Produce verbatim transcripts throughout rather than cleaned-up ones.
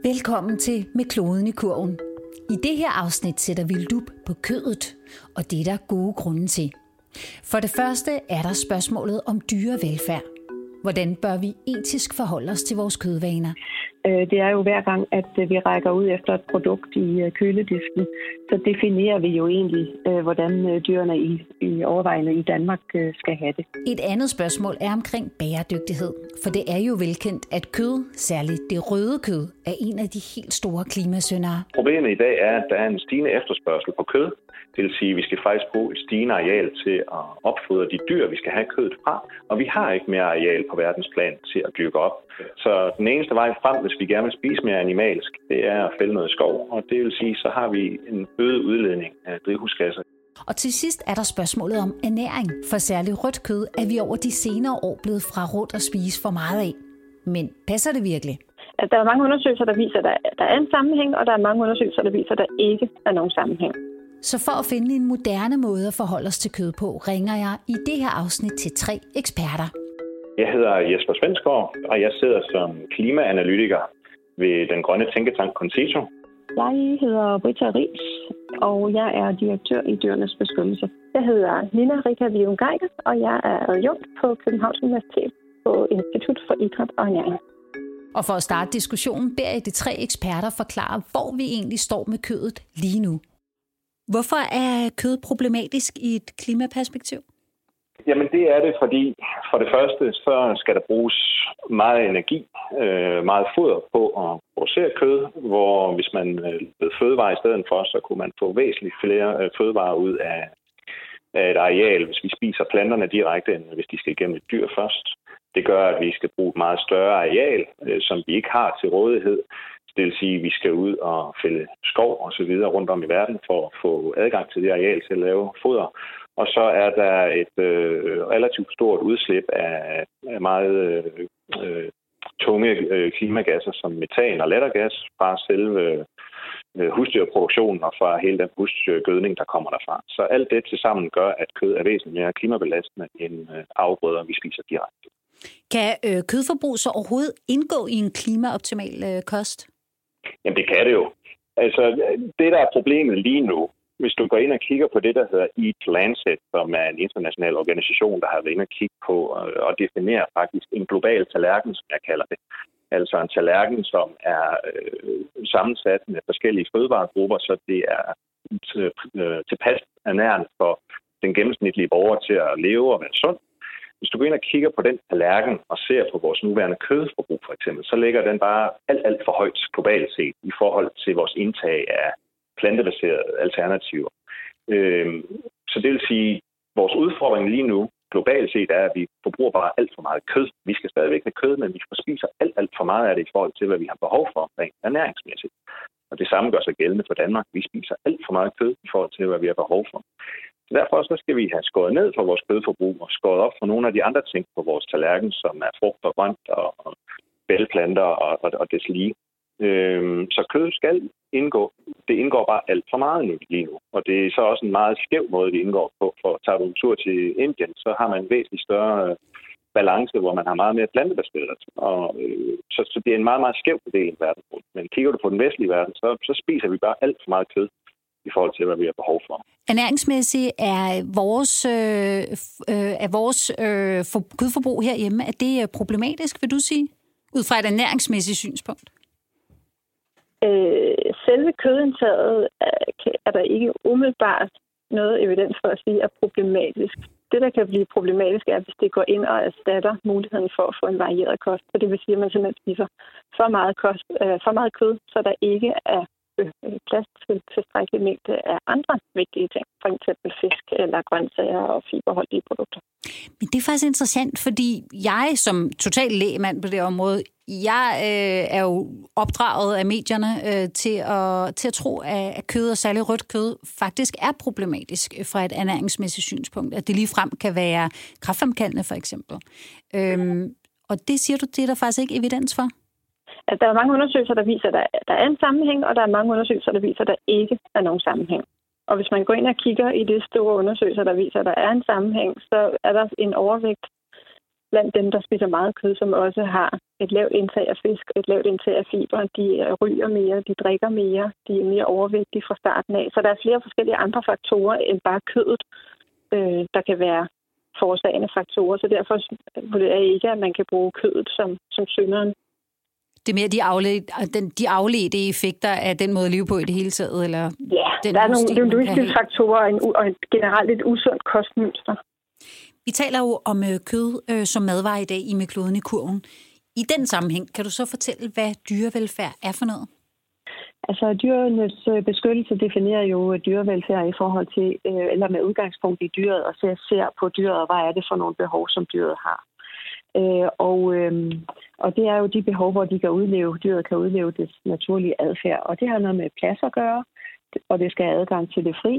Velkommen til Med kloden i kurven. I det her afsnit sætter vi lup på kødet, og det er der gode grunde til. For det første er der spørgsmålet om dyrevelfærd. Hvordan bør vi etisk forholde os til vores kødvaner? Det er jo hver gang, at vi rækker ud efter et produkt i køledisken, så definerer vi jo egentlig, hvordan dyrene i, i overvejende i Danmark skal have det. Et andet spørgsmål er omkring bæredygtighed, for det er jo velkendt, at kød, særligt det røde kød, er en af de helt store klimasyndere. Problemet i dag er, at der er en stigende efterspørgsel på kød. Det vil sige, at vi skal faktisk bruge et stigende areal til at opfodre de dyr, vi skal have kødet fra. Og vi har ikke mere areal på verdensplan til at dyrke op. Så den eneste vej frem, hvis vi gerne vil spise mere animalsk, det er at fælde noget skov. Og det vil sige, så har vi en øget udledning af drivhusgasser. Og til sidst er der spørgsmålet om ernæring. For særligt rødt kød er vi over de senere år blevet frarådt at spise for meget af. Men passer det virkelig? Der er mange undersøgelser, der viser, at der er en sammenhæng, og der er mange undersøgelser, der viser, at der ikke er nogen sammenhæng. Så for at finde en moderne måde at forholde os til kød på, ringer jeg i det her afsnit til tre eksperter. Jeg hedder Jesper Svensgaard, og jeg sidder som klimaanalytiker ved den grønne tænketank Concito. Jeg hedder Britta Riis, og jeg er direktør i Dyrenes Beskyttelse. Jeg hedder Nina Rika Vium-Geiger, og jeg er adjunkt på Københavns Universitet på Institut for Idræt og Ernæring. Og for at starte diskussionen, beder jeg de tre eksperter forklare, hvor vi egentlig står med kødet lige nu. Hvorfor er kød problematisk i et klimaperspektiv? Jamen det er det, fordi for det første, så skal der bruges meget energi, meget foder på at producere kød, hvor hvis man lavede fødevarer i stedet for, så kunne man få væsentligt flere fødevarer ud af, af et areal, hvis vi spiser planterne direkte, end hvis de skal igennem et dyr først. Det gør, at vi skal bruge et meget større areal, som vi ikke har til rådighed. Det vil sige, at vi skal ud og fælde skov og så videre rundt om i verden for at få adgang til det areal til at lave foder. Og så er der et øh, relativt stort udslip af, af meget øh, tunge øh, klimagasser som metan og lattergas fra selve øh, husdyrproduktionen og fra hele den husdyrgødning, der kommer derfra. Så alt det til sammen gør, at kød er væsentligt mere klimabelastende end øh, afgrøder, vi spiser direkte. Kan øh, kødforbrug så overhovedet indgå i en klimaoptimal øh, kost? Jamen det kan det jo. Altså det, der er problemet lige nu, hvis du går ind og kigger på det, der hedder Eat Lancet, som er en international organisation, der har været inde og kigge på og definere faktisk en global tallerken, som jeg kalder det. Altså en tallerken, som er øh, sammensat med forskellige fødevaregrupper, så det er til, øh, tilpas ernærende for den gennemsnitlige borger til at leve og være sund. Hvis du går ind og kigger på den tallerken og ser på vores nuværende kødforbrug for eksempel, så ligger den bare alt, alt for højt globalt set i forhold til vores indtag af plantebaserede alternativer. Øhm, så det vil sige, at vores udfordring lige nu globalt set er, at vi forbruger bare alt for meget kød. Vi skal stadigvæk have kød, men vi spiser alt, alt for meget af det i forhold til, hvad vi har behov for rent ernæringsmæssigt. Og det samme gør sig gældende for Danmark. Vi spiser alt for meget kød i forhold til, hvad vi har behov for. Så derfor så skal vi have skåret ned for vores kødforbrug og skåret op for nogle af de andre ting på vores tallerken, som er frugt og grønt og, og bælgeplanter og, og, og deslige. Øhm, så kød skal indgå. Det indgår bare alt for meget nu, lige nu. Og det er så også en meget skæv måde, det indgår på. For tager du en tur til Indien, så har man en væsentlig større balance, hvor man har meget mere plantebaseret. Og, øh, så, så det er en meget, meget skæv fordeling i verden. Men kigger du på den vestlige verden, så, så spiser vi bare alt for meget kød i forhold til, hvad vi har behov for. Ernæringsmæssigt er vores, øh, øh, er vores øh, for, kødforbrug herhjemme, er det problematisk, vil du sige? Ud fra et ernæringsmæssigt synspunkt? Øh, selve kødindtaget er, er der ikke umiddelbart noget evidens for at sige er problematisk. Det, der kan blive problematisk, er, hvis det går ind og erstatter muligheden for at få en varieret kost. Så det vil sige, at man simpelthen spiser for meget, kost, øh, for meget kød, så der ikke er plads til tilstrækkelig mængde af andre vigtige ting, for eksempel fisk eller grøntsager og fiberholdige produkter. Men det er faktisk interessant, fordi jeg som total lægmand på det område, jeg øh, er jo opdraget af medierne øh, til, at, til at tro, at kød og særligt rødt kød faktisk er problematisk fra et ernæringsmæssigt synspunkt. At det ligefrem kan være kræftfremkaldende for eksempel. Øhm, og det siger du, det er der faktisk ikke evidens for? At der er mange undersøgelser, der viser, at der, der er en sammenhæng, og der er mange undersøgelser, der viser, at der ikke er nogen sammenhæng. Og hvis man går ind og kigger i de store undersøgelser, der viser, at der er en sammenhæng, så er der en overvægt blandt dem, der spiser meget kød, som også har et lavt indtag af fisk og et lavt indtag af fiber. De ryger mere, de drikker mere, de er mere overvægtige fra starten af. Så der er flere forskellige andre faktorer end bare kødet, øh, der kan være forårsagende faktorer. Så derfor vurderer jeg ikke, at man kan bruge kødet som, som synderen. Det er mere de afledte, de afledte effekter af den måde at leve på i det hele taget? Eller ja, den der er nogle livsstilsfaktorer og, en, og et generelt et usundt kostmønster. Vi taler jo om øh, kød øh, som madvare i dag i Med kloden i kurven. I den sammenhæng, kan du så fortælle, hvad dyrevelfærd er for noget? Altså, dyrenes beskyttelse definerer jo dyrevelfærd i forhold til, øh, eller med udgangspunkt i dyret, og ser, ser på dyret, og hvad er det for nogle behov, som dyret har. Øh, og, øh, og det er jo de behov, hvor de kan udleve, dyret kan udleve dets naturlige adfærd. Og det har noget med plads at gøre, og det skal have adgang til det fri.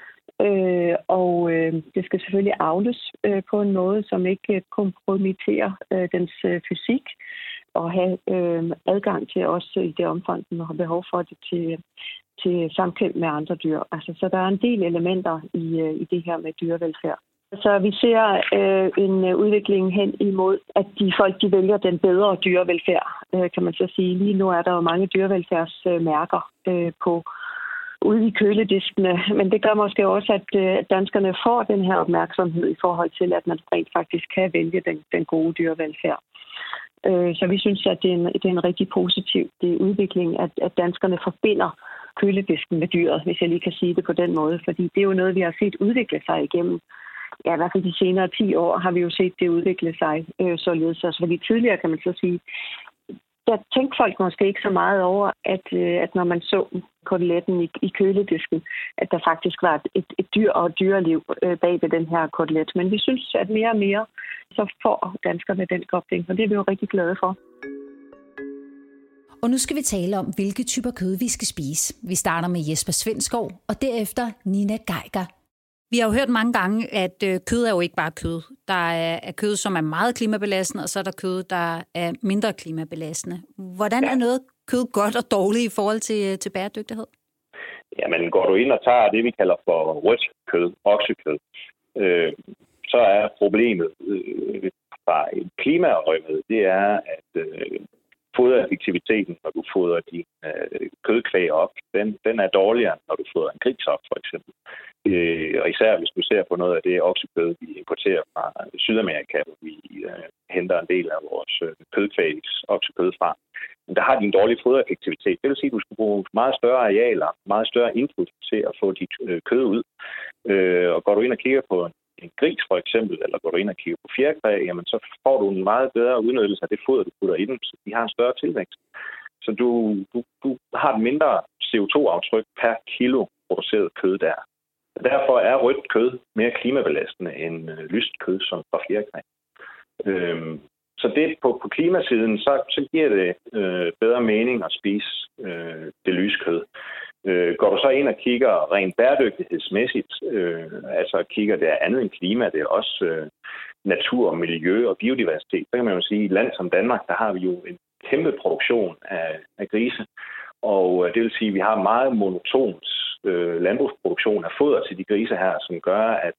Øh, og øh, det skal selvfølgelig avles øh, på en måde, som ikke kompromitterer øh, dens øh, fysik, og have øh, adgang til også i det omfang, den har behov for det til, til samkvem med andre dyr. Altså, så der er en del elementer i, øh, i det her med dyrevelfærd. Så vi ser øh, en udvikling hen imod, at de folk de vælger den bedre dyrevelfærd, øh, kan man så sige. Lige nu er der jo mange dyrevelfærdsmærker øh, på ude i kølediskene, men det gør måske også, at øh, danskerne får den her opmærksomhed i forhold til, at man rent faktisk kan vælge den, den gode dyrevelfærd. Øh, så vi synes, at det er en, det er en rigtig positiv det er udvikling, at, at danskerne forbinder køledisken med dyret, hvis jeg lige kan sige det på den måde, fordi det er jo noget, vi har set udvikle sig igennem. Ja, i hvert fald de senere ti år har vi jo set det udvikle sig øh, således. Altså, fordi tidligere kan man så sige, der tænkte folk måske ikke så meget over, at, øh, at når man så koteletten i, i køledisken, at der faktisk var et, et, et dyr og et dyreliv øh, bag ved den her kotelet. Men vi synes, at mere og mere så får danskerne den kobling, og det er vi jo rigtig glade for. Og nu skal vi tale om, hvilke typer kød vi skal spise. Vi starter med Jesper Svenskov, og derefter Nina Geiger. Vi har jo hørt mange gange, at øh, kød er jo ikke bare kød. Der er, er kød, som er meget klimabelastende, og så er der kød, der er mindre klimabelastende. Hvordan er noget kød godt og dårligt i forhold til, til bæredygtighed? Jamen, går du ind og tager det, vi kalder for rødt kød, oksekød, øh, så er problemet øh, fra en klimaøjemed, det er, at øh, fodereffektiviteten, når du fodrer din øh, kødkvæg op, den, den er dårligere, når du fodrer en gris op, for eksempel. Øh, og især hvis du ser på noget af det oksekød, vi importerer fra Sydamerika, hvor vi øh, henter en del af vores øh, kødkvægs oksekød fra. Men der har de en dårlig fodereffektivitet. Det vil sige, at du skal bruge meget større arealer, meget større input til at få dit øh, kød ud. Øh, og går du ind og kigger på en gris for eksempel, eller går du ind og kigger på fjerkræ, jamen så får du en meget bedre udnyttelse af det foder, du putter i dem, så de har en større tilvækst. Så du, du, du har et mindre C O to aftryk per kilo produceret kød der. Derfor er rødt kød mere klimabelastende end øh, lyst kød som fra fjerkræ. Øhm, så det på, på klimasiden, så, så giver det øh, bedre mening at spise øh, det lyse kød. Øh, går du så ind og kigger rent bæredygtighedsmæssigt, øh, altså kigger det andet end klima, det er også øh, natur, miljø og biodiversitet, så kan man jo sige, at i et land som Danmark, der har vi jo en kæmpe produktion af, af grise, og øh, det vil sige, at vi har meget monotont øh, landbrugsproduktion af foder til de grise her, som gør, at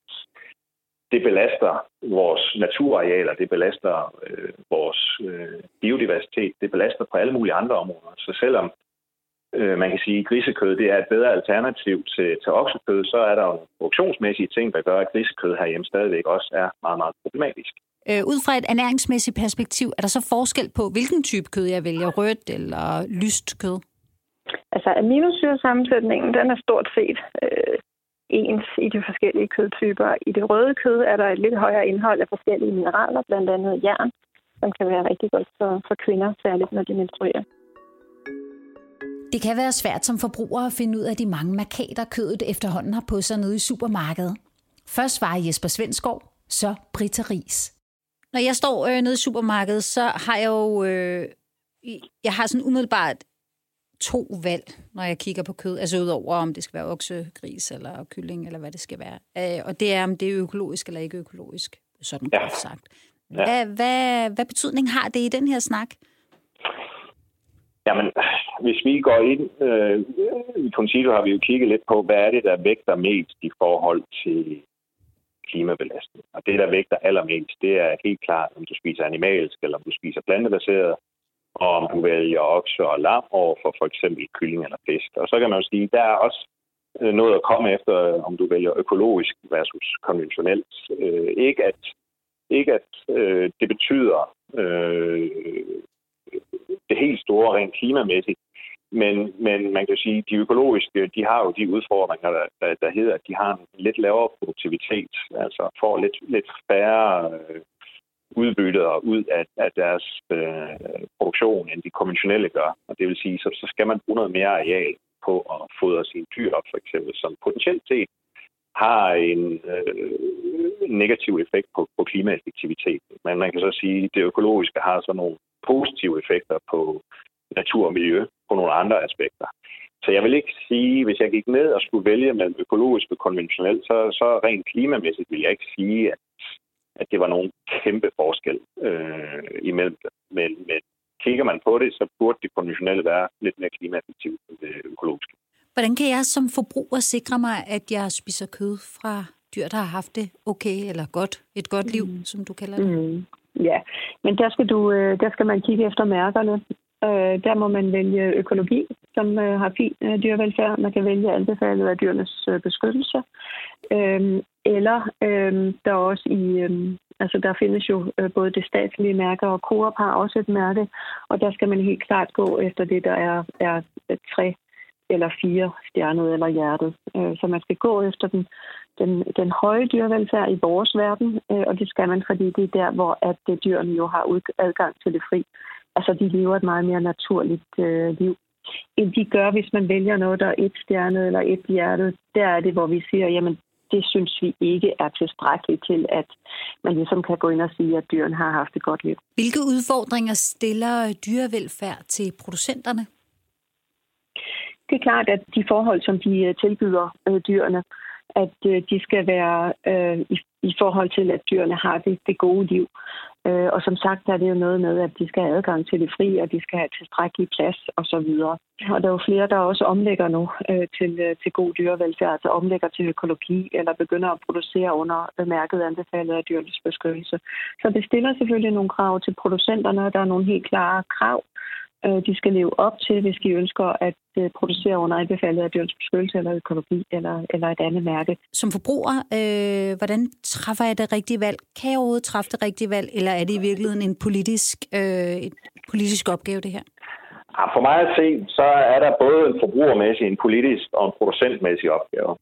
det belaster vores naturarealer, det belaster øh, vores øh, biodiversitet, det belaster på alle mulige andre områder. Så selvom øh, man kan sige, at grisekød det er et bedre alternativ til, til oksekød, så er der jo produktionsmæssige ting, der gør, at grisekød herhjemme stadigvæk også er meget, meget problematisk. Øh, ud fra et ernæringsmæssigt perspektiv, er der så forskel på, hvilken type kød jeg vælger, rødt eller lyst kød? Altså aminosyresammensætningen, den er stort set øh, ens i de forskellige kødtyper. I det røde kød er der et lidt højere indhold af forskellige mineraler, blandt andet jern, som kan være rigtig godt for, for kvinder, særligt når de menstruerer. Det kan være svært som forbruger at finde ud af de mange markader, kødet efterhånden har på sig nede i supermarkedet. Først var Jesper Svenskov, så Britta Riis. Når jeg står øh, nede i supermarkedet, så har jeg jo øh, jeg har sådan umiddelbart to valg, når jeg kigger på kød. Altså udover, om det skal være okse, gris eller kylling, eller hvad det skal være. Øh, og det er, om det er økologisk eller ikke økologisk. Sådan ja. Godt sagt. Hvad, ja. hvad, hvad betydning har det i den her snak? Jamen, hvis vi går ind øh, i Concito, har vi jo kigget lidt på, hvad er det, der vægter mest i forhold til klimabelastning. Og det, der vægter allermest, det er helt klart, om du spiser animalsk, eller om du spiser plantebaseret, og om du vælger okse og lam over for for eksempel kylling eller fisk. Og så kan man jo sige, der er også noget at komme efter, om du vælger økologisk versus konventionelt. Øh, ikke at, ikke at øh, det betyder øh, det helt store rent klimamæssigt, men, men man kan sige, at de økologiske, de har jo de udfordringer, der, der, der hedder, at de har en lidt lavere produktivitet, altså får lidt, lidt færre øh, udbytter ud af, af deres øh, produktion, end de konventionelle gør. Og det vil sige, så, så skal man bruge noget mere areal på at fodre sine dyr op, for eksempel, som potentielt set har en øh, negativ effekt på, på klimaeffektiviteten. Men man kan så sige, at det økologiske har så nogle positive effekter på natur og miljø, på nogle andre aspekter. Så jeg vil ikke sige, hvis jeg gik ned og skulle vælge mellem økologisk og konventionelt, så, så rent klimamæssigt vil jeg ikke sige, at, at det var nogen kæmpe forskel øh, imellem det. Men, men kigger man på det, så burde det konventionelle være lidt mere klimaeffektivt end det økologiske. Hvordan kan jeg som forbruger sikre mig, at jeg spiser kød fra dyr, der har haft det okay eller godt, et godt liv, mm. som du kalder det? Mm. Ja, men der skal, du, der skal man kigge efter mærkerne. Der må man vælge økologi, som har fin dyrevelfærd. Man kan vælge anbefalet af dyrenes beskyttelse. Eller der er også i... Altså, der findes jo både det statslige mærke, og Coop har også et mærke, og der skal man helt klart gå efter det, der er, er tre eller fire stjerner eller hjertet. Så man skal gå efter den, den, den høje dyrevelfærd i vores verden, og det skal man, fordi det er der, hvor at dyrene jo har adgang til det fri. Altså, de lever et meget mere naturligt øh, liv, end de gør, hvis man vælger noget, der er et stjerne eller et hjerte. Der er det, hvor vi siger, jamen, det synes vi ikke er tilstrækkeligt til, at man ligesom kan gå ind og sige, at dyrene har haft et godt liv. Hvilke udfordringer stiller dyrevelfærd til producenterne? Det er klart, at de forhold, som de tilbyder øh, dyrene, at øh, de skal være øh, i, i forhold til, at dyrene har det, det gode liv. Øh, og som sagt, er det jo noget med, at de skal have adgang til det fri, og de skal have tilstrækkelig plads osv. Og der er jo flere, der også omlægger nu øh, til, øh, til god dyrevelfærd, altså omlægger til økologi, eller begynder at producere under mærket anbefalet af dyrenes beskyttelse. Så det stiller selvfølgelig nogle krav til producenterne, og der er nogle helt klare krav, de skal leve op til, hvis de ønsker at producere under anbefalet af dyrenes beskyttelse eller økologi eller, eller et andet mærke. Som forbruger, øh, hvordan træffer jeg det rigtige valg? Kan jeg overhovedet træffe det rigtige valg, eller er det i virkeligheden en politisk, øh, en politisk opgave, det her? For mig at se, så er der både en forbrugermæssig, en politisk og en producentmæssig opgave.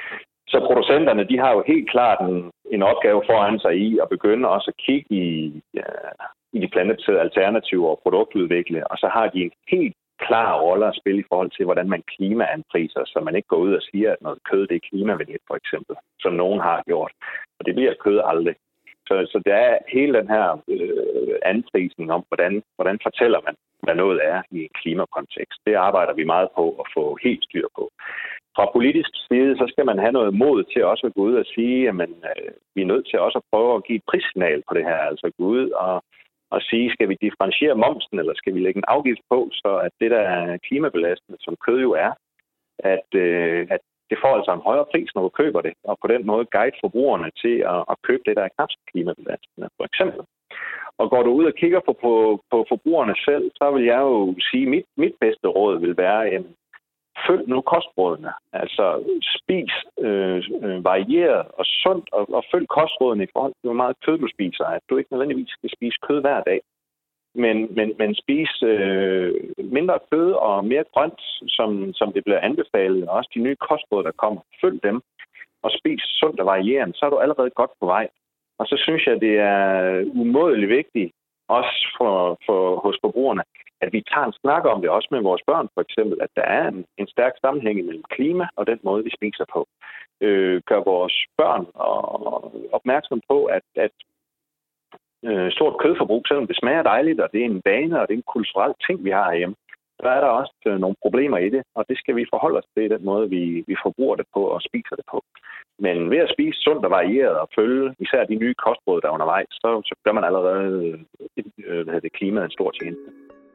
Så producenterne, de har jo helt klart en, en opgave foran sig i at begynde også at kigge i, ja, i de plantebaserede alternativer og produktudvikle, og så har de en helt klar rolle at spille i forhold til, hvordan man klimaanpriser, så man ikke går ud og siger, at noget kød det er klimavenligt, for eksempel, som nogen har gjort. Og det bliver kød aldrig. Så, så der er hele den her øh, anprisning om, hvordan, hvordan fortæller man, hvad noget er i en klimakontekst. Det arbejder vi meget på at få helt styr på. Fra politisk side, så skal man have noget mod til også at gå ud og sige, at man, øh, vi er nødt til også at prøve at give et prissignal på det her. Altså gå ud og, og sige, skal vi differentiere momsen, eller skal vi lægge en afgift på, så at det, der er klimabelastende, som kød jo er, at, øh, at det får altså en højere pris, når du køber det, og på den måde guide forbrugerne til at, at købe det, der er knap så klimabelastende, for eksempel. Og går du ud og kigger på, på, på forbrugerne selv, så vil jeg jo sige, at mit, mit bedste råd vil være, at følg nu kostrådene. Altså spis øh, øh, varieret og sundt, og, og følg kostrådene i forhold til, hvor meget kød du spiser. At du ikke nødvendigvis skal spise kød hver dag, men, men, men spis øh, mindre kød og mere grønt, som, som det bliver anbefalet, og også de nye kostråd, der kommer. Følg dem, og spis sundt og varieret, så er du allerede godt på vej. Og så synes jeg, det er umådeligt vigtigt, også for, for, hos forbrugerne, at vi tager en snak om det, også med vores børn for eksempel, at der er en, en stærk sammenhæng mellem klima og den måde, vi spiser på. Øh, gør vores børn og, opmærksom på, at, at øh, stort kødforbrug, selvom det smager dejligt, og det er en vane, og det er en kulturel ting, vi har herhjemme, så er der også øh, nogle problemer i det, og det skal vi forholde os til, den måde, vi, vi forbruger det på og spiser det på. Men ved at spise sundt og varieret og følge især de nye kostråd, der er undervejs, så, så gør man allerede øh, hvad det, klimaet en stor tjeneste.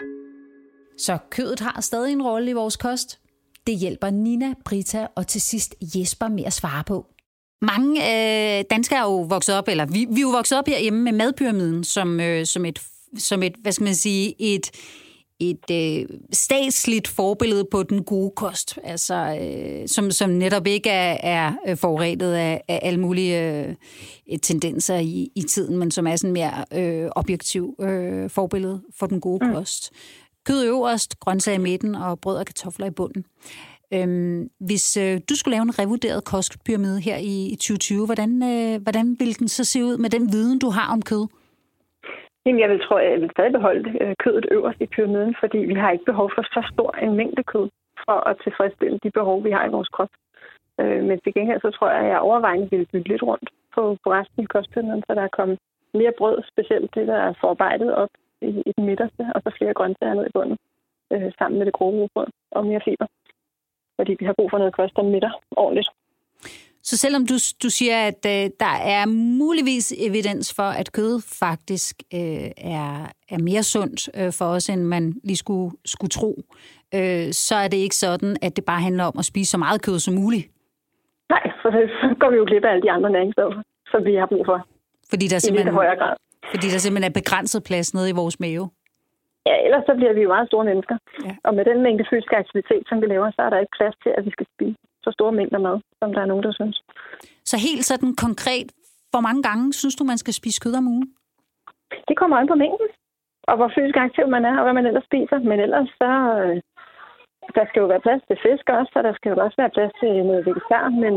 Så kødet har stadig en rolle i vores kost. Det hjælper Nina, Brita og til sidst Jesper med at svare på. Mange øh, danskere er jo vokset op, eller vi, vi er jo vokset op herhjemme med madpyramiden som, øh, som, et, som et, hvad skal man sige, et, et øh, statsligt forbillede på den gode kost, altså, øh, som, som netop ikke er, er forurenet af, af alle mulige øh, tendenser i, i tiden, men som er sådan mere øh, objektiv øh, forbillede for den gode mm. kost. Kød øverst, grøntsager i midten og brød og kartofler i bunden. Øhm, hvis øh, du skulle lave en revurderet kostpyramide her i, i tyve tyve, hvordan, øh, hvordan ville den så se ud med den viden, du har om kød? Jamen, jeg vil, tror, jeg vil stadig beholde øh, kødet øverst i pyramiden, fordi vi har ikke behov for så stor en mængde kød for at tilfredsstille de behov, vi har i vores krop. Øh, men til gengæld så tror jeg, at jeg overvejende vil bygge lidt rundt på, på resten af kostpyramiden, så der er kommet mere brød, specielt det, der er forarbejdet op i, i den midterste, og så flere grøntsager ned i bunden, øh, sammen med det grove rugbrød og mere fiber. Fordi vi har brug for noget kost, der midter ordentligt. Så selvom du, du siger, at øh, der er muligvis evidens for, at kød faktisk øh, er, er mere sundt øh, for os, end man lige skulle, skulle tro, øh, så er det ikke sådan, at det bare handler om at spise så meget kød som muligt? Nej, for så går vi jo glip af alle de andre næringsstoffer, som vi har brug for. Fordi der i lidt højere grad. Fordi der simpelthen er begrænset plads nede i vores mave? Ja, ellers så bliver vi jo meget store mennesker. Ja. Og med den mængde fysisk aktivitet, som vi laver, så er der ikke plads til, at vi skal spise så store mængder mad, som der er nogen, der synes. Så helt sådan konkret, hvor mange gange synes du, man skal spise kød om ugen? Det kommer an på mængden, og hvor fysisk aktiv man er, og hvad man ellers spiser. Men ellers så... Øh, der skal jo være plads til fisk også, og der skal jo også være plads til noget vegetar, men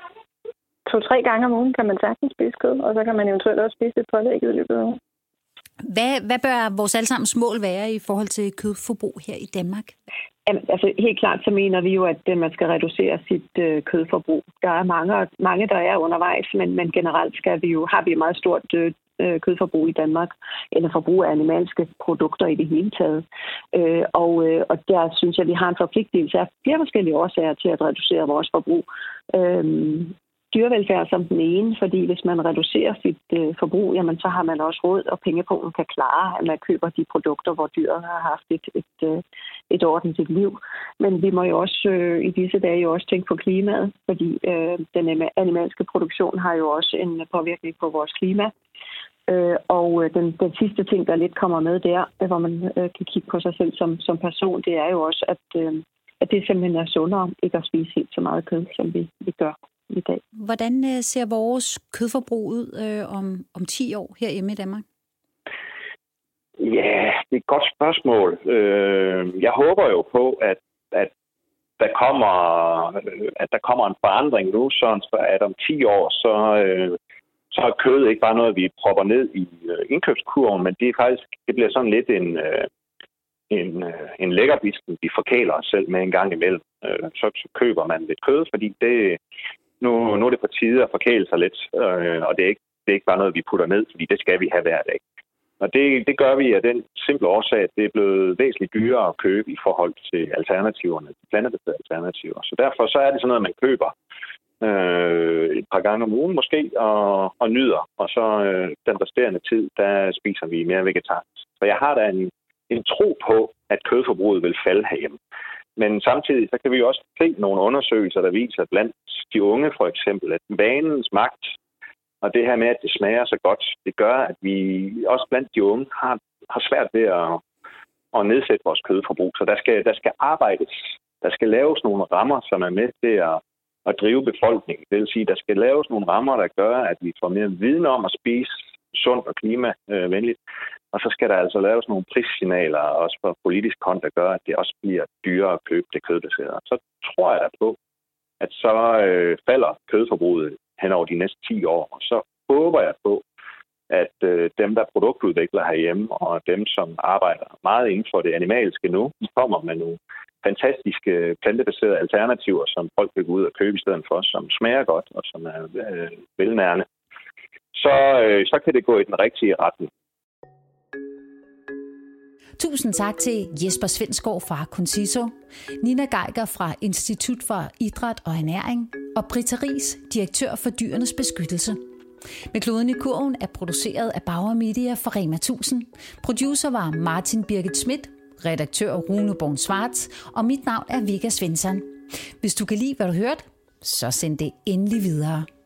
to-tre gange om ugen kan man sagtens spise kød, og så kan man eventuelt også spise et pålæg i løbet af ugen. Hvad, hvad bør vores allesammens mål være i forhold til kødforbrug her i Danmark? Jamen, altså helt klart så mener vi jo, at man skal reducere sit øh, kødforbrug. Der er mange, mange, der er undervejs, men, men generelt skal vi jo, har vi et meget stort øh, kødforbrug i Danmark, eller forbrug af animalske produkter i det hele taget. Øh, og, øh, og der synes jeg, at vi har en forpligtelse af flere forskellige årsager til at reducere vores forbrug. Øh, Dyrevelfærd som den ene, fordi hvis man reducerer sit øh, forbrug, jamen, så har man også råd, og pengepunkten kan klare, at man køber de produkter, hvor dyret har haft et, et, et, et ordentligt liv. Men vi må jo også øh, i disse dage jo også tænke på klimaet, fordi øh, den animalske produktion har jo også en påvirkning på vores klima. Øh, og den, den sidste ting, der lidt kommer med der, hvor man øh, kan kigge på sig selv som, som person, det er jo også, at, øh, at det simpelthen er sundere ikke at spise helt så meget kød, som vi, vi gør i dag. Hvordan øh, ser vores kødforbrug ud øh, om, om ti år herhjemme i Danmark? Ja, det er et godt spørgsmål. Øh, jeg håber jo på, at, at, der kommer, at der kommer en forandring nu, sådan at om ti år, så, øh, så er kød ikke bare noget, vi propper ned i øh, indkøbskurven, men det er faktisk, det bliver sådan lidt en, øh, en, øh, en lækkerbisken, vi forkæler os selv med en gang imellem. Øh, så, så køber man lidt kød, fordi det Nu, nu er det på tide at forkæle sig lidt, øh, og det er, ikke, det er ikke bare noget, vi putter ned, fordi det skal vi have hver dag. Og det, det gør vi af den simple årsag, at det er blevet væsentligt dyrere at købe i forhold til alternativerne, de plantebaserede alternativer. Så derfor så er det sådan noget, man køber øh, et par gange om ugen måske, og, og nyder. Og så øh, den resterende tid, der spiser vi mere vegetarisk. Så jeg har da en, en tro på, at kødforbruget vil falde herhjemme. Men samtidig så kan vi jo også se nogle undersøgelser, der viser blandt de unge for eksempel, at vanens magt og det her med, at det smager så godt, det gør, at vi også blandt de unge har, har svært ved at, at nedsætte vores kødforbrug. Så der skal, der skal arbejdes. Der skal laves nogle rammer, som er med til at, at drive befolkningen. Det vil sige, der skal laves nogle rammer, der gør, at vi får mere viden om at spise sundt og klimavenligt. Og så skal der altså laves nogle prissignaler, også på politisk hånd, der gør, at det også bliver dyrere at købe det kødbaserede. Så tror jeg da på, at så øh, falder kødforbruget hen over de næste ti år. Og så håber jeg på, at øh, dem, der produktudvikler herhjemme, og dem, som arbejder meget inden for det animalske nu, de kommer med nogle fantastiske plantebaserede alternativer, som folk vil gå ud og købe i stedet for, som smager godt og som er øh, velnærende. Så, øh, så kan det gå i den rigtige retning. Tusind tak til Jesper Svensgaard fra Conciso, Nina Geiger fra Institut for Idræt og Ernæring og Britta Riis, direktør for Dyrenes Beskyttelse. Med kloden i kurven er produceret af Bauer Media for Rema tusind. Producer var Martin Birgit Schmidt, redaktør Rune Born Schwartz, og mit navn er Vigga Svensson. Hvis du kan lide, hvad du hørte, så send det endelig videre.